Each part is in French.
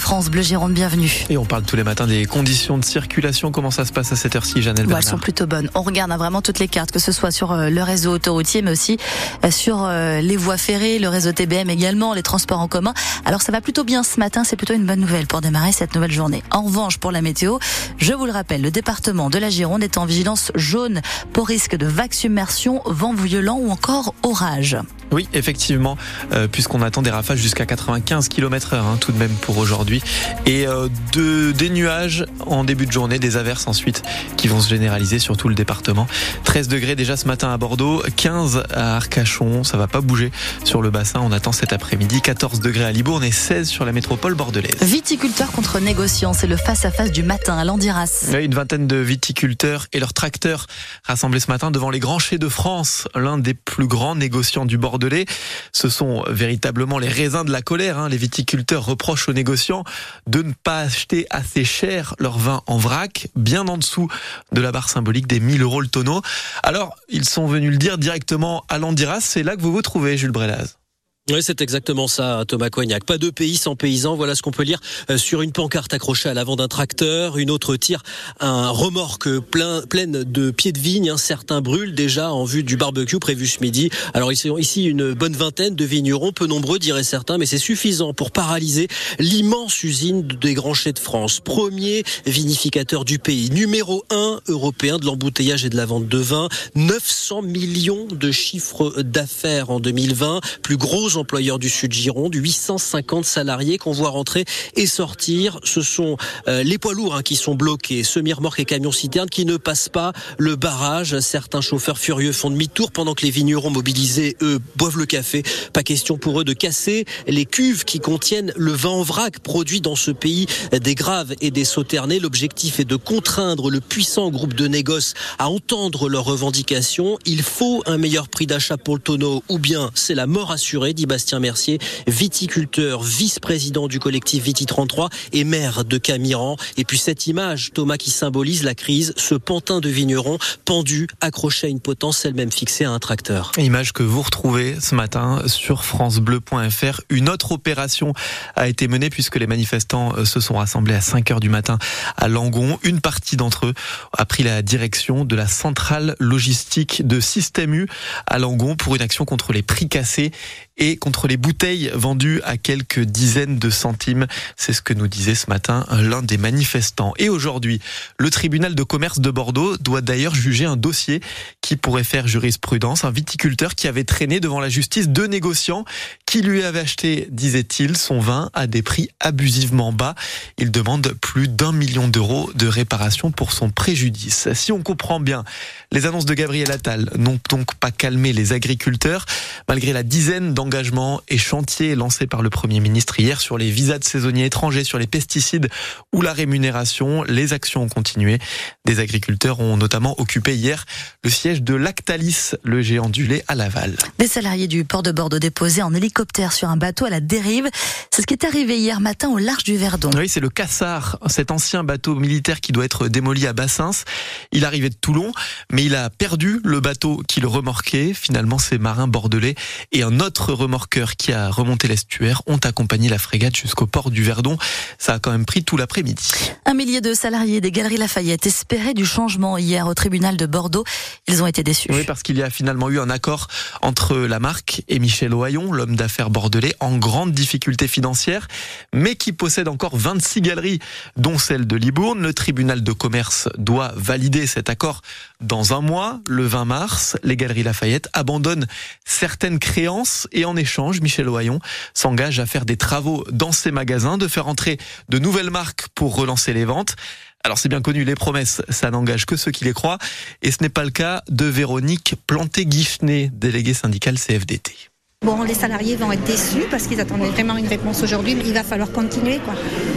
France Bleu Gironde, bienvenue. Et on parle tous les matins des conditions de circulation. Comment ça se passe à cette heure-ci, Jeannelle Bernard? Elles sont plutôt bonnes. On regarde vraiment toutes les cartes, que ce soit sur le réseau autoroutier, mais aussi sur les voies ferrées, le réseau TBM également, les transports en commun. Alors ça va plutôt bien ce matin, c'est plutôt une bonne nouvelle pour démarrer cette nouvelle journée. En revanche, pour la météo, je vous le rappelle, le département de la Gironde est en vigilance jaune pour risque de vagues submersion, vent violent ou encore orage. Oui, effectivement, puisqu'on attend des rafales jusqu'à 95 km/h tout de même pour aujourd'hui. Et des nuages en début de journée, des averses ensuite qui vont se généraliser sur tout le département. 13 degrés déjà ce matin à Bordeaux, 15 à Arcachon, ça va pas bouger sur le bassin. On attend cet après-midi 14 degrés à Libourne et 16 sur la métropole bordelaise. Viticulteurs contre négociants, c'est le face-à-face du matin à Landiras. Oui, une vingtaine de viticulteurs et leurs tracteurs rassemblés ce matin devant les Grands Chais de France, l'un des plus grands négociants du Bordelais. Ce sont véritablement les raisins de la colère. Les viticulteurs reprochent aux négociants de ne pas acheter assez cher leur vin en vrac, bien en dessous de la barre symbolique des 1 000 € le tonneau. Alors, ils sont venus le dire directement à Landiras. C'est là que vous vous trouvez, Jules Brelaz. Oui, c'est exactement ça, Thomas Coignac. Pas de pays sans paysans. Voilà ce qu'on peut lire sur une pancarte accrochée à l'avant d'un tracteur. Une autre tire un remorque pleine de pieds de vigne. Certains brûlent déjà en vue du barbecue prévu ce midi. Alors ici une bonne vingtaine de vignerons, peu nombreux diraient certains, mais c'est suffisant pour paralyser l'immense usine des Grands Chais de France. Premier vinificateur du pays, numéro 1 européen de l'embouteillage et de la vente de vin. 900 millions de chiffres d'affaires en 2020. Plus gros employeurs du Sud Gironde, 850 salariés qu'on voit rentrer et sortir. Ce sont les poids lourds qui sont bloqués, semi-remorques et camions-citernes qui ne passent pas le barrage. Certains chauffeurs furieux font demi-tour pendant que les vignerons mobilisés, eux, boivent le café. Pas question pour eux de casser les cuves qui contiennent le vin en vrac produit dans ce pays des Graves et des Sauternais. L'objectif est de contraindre le puissant groupe de négoces à entendre leurs revendications. Il faut un meilleur prix d'achat pour le tonneau ou bien c'est la mort assurée, dit Bastien Mercier, viticulteur, vice-président du collectif Viti 33 et maire de Camiran. Et puis cette image, Thomas, qui symbolise la crise, ce pantin de vignerons pendu, accroché à une potence, elle-même fixée à un tracteur. Image que vous retrouvez ce matin sur francebleu.fr. Une autre opération a été menée puisque les manifestants se sont rassemblés à 5h du matin à Langon. Une partie d'entre eux a pris la direction de la centrale logistique de Système U à Langon pour une action contre les prix cassés et contre les bouteilles vendues à quelques dizaines de centimes. C'est ce que nous disait ce matin l'un des manifestants. Et aujourd'hui, le tribunal de commerce de Bordeaux doit d'ailleurs juger un dossier qui pourrait faire jurisprudence. Un viticulteur qui avait traîné devant la justice 2 négociants qui lui avaient acheté, disait-il, son vin à des prix abusivement bas. Il demande plus d'1 million d'euros de réparation pour son préjudice. Si on comprend bien, les annonces de Gabriel Attal n'ont donc pas calmé les agriculteurs, malgré la dizaine d'engagements et chantiers lancés par le Premier ministre hier sur les visas de saisonniers étrangers, sur les pesticides ou la rémunération. Les actions ont continué. Des agriculteurs ont notamment occupé hier le siège de Lactalis, le géant du lait à Laval. Des salariés du port de Bordeaux déposés en hélicoptère sur un bateau à la dérive. C'est ce qui est arrivé hier matin au large du Verdon. Oui, c'est le Cassard, cet ancien bateau militaire qui doit être démoli à Bassins. Il arrivait de Toulon, mais il a perdu le bateau qui le remorquait. Finalement, ces marins bordelais et un autre remorqueur qui a remonté l'estuaire ont accompagné la frégate jusqu'au port du Verdon. Ça a quand même pris tout l'après-midi. 1 millier de salariés des Galeries Lafayette espéraient du changement hier au tribunal de Bordeaux. Ils ont été déçus. Oui, parce qu'il y a finalement eu un accord entre la marque et Michel Ohaillon, l'homme d'affaires bordelais, en grande difficulté financière, mais qui possède encore 26 galeries, dont celle de Libourne. Le tribunal de commerce doit valider cet accord dans un mois, le 20 mars. Les Galeries Lafayette abandonnent certaines créances et en échange, Michel Ohaillon s'engage à faire des travaux dans ses magasins, de faire entrer de nouvelles marques pour relancer les ventes. Alors c'est bien connu, les promesses, ça n'engage que ceux qui les croient. Et ce n'est pas le cas de Véronique Planté-Guichenet, déléguée syndicale CFDT. Bon, les salariés vont être déçus parce qu'ils attendaient vraiment une réponse aujourd'hui, mais il va falloir continuer, quoi.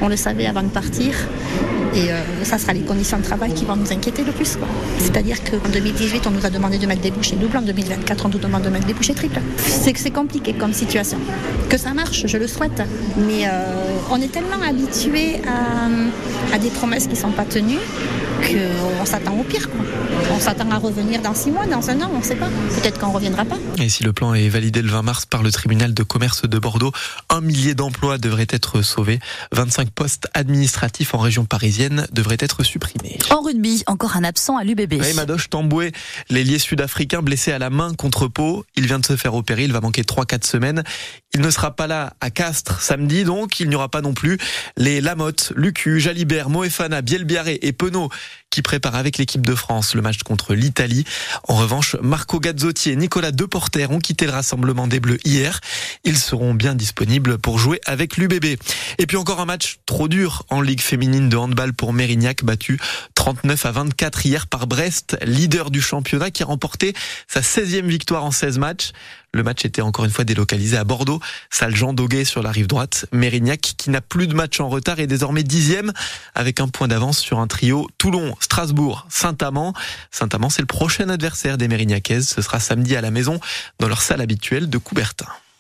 On le savait avant de partir. Et ça sera les conditions de travail qui vont nous inquiéter le plus, quoi. C'est-à-dire qu'en 2018, on nous a demandé de mettre des bouchées doubles. En 2024, on nous demande de mettre des bouchées triples. C'est compliqué comme situation. Que ça marche, je le souhaite. Mais on est tellement habitué à des promesses qui ne sont pas tenues qu'on s'attend au pire, quoi. On s'attend à revenir dans 6 mois, dans 1 an, on ne sait pas. Peut-être qu'on ne reviendra pas. Et si le plan est validé le 20 mars par le tribunal de commerce de Bordeaux, 1 millier d'emplois devraient être sauvés. 25 postes administratifs en région parisienne devraient être supprimés. En rugby, encore un absent à l'UBB. Oui, Madoche Tamboué, l'ailier sud-africain blessé à la main contre Pau. Il vient de se faire opérer, il va manquer 3-4 semaines. Il ne sera pas là à Castres samedi, donc il n'y aura pas non plus les Lamotte, Lucu, Jalibert, Moefana, Bielbiarré et Penaud qui préparent avec l'équipe de France le match contre l'Italie. En revanche, Marco Gazzotti et Nicolas Deporter ont quitté le rassemblement des Bleus hier. Ils seront bien disponibles pour jouer avec l'UBB. Et puis encore un match trop dur en Ligue féminine de handball pour Mérignac, battu 39-24 hier par Brest, leader du championnat qui a remporté sa 16e victoire en 16 matchs. Le match était encore une fois délocalisé à Bordeaux, salle Jean Doguet sur la rive droite. Mérignac, qui n'a plus de match en retard, est désormais 10e avec un point d'avance sur un trio Toulon, Strasbourg, Saint-Amand. Saint-Amand, c'est le prochain adversaire des Mérignacaises. Ce sera samedi à la maison dans leur salle habituelle de Coubertin.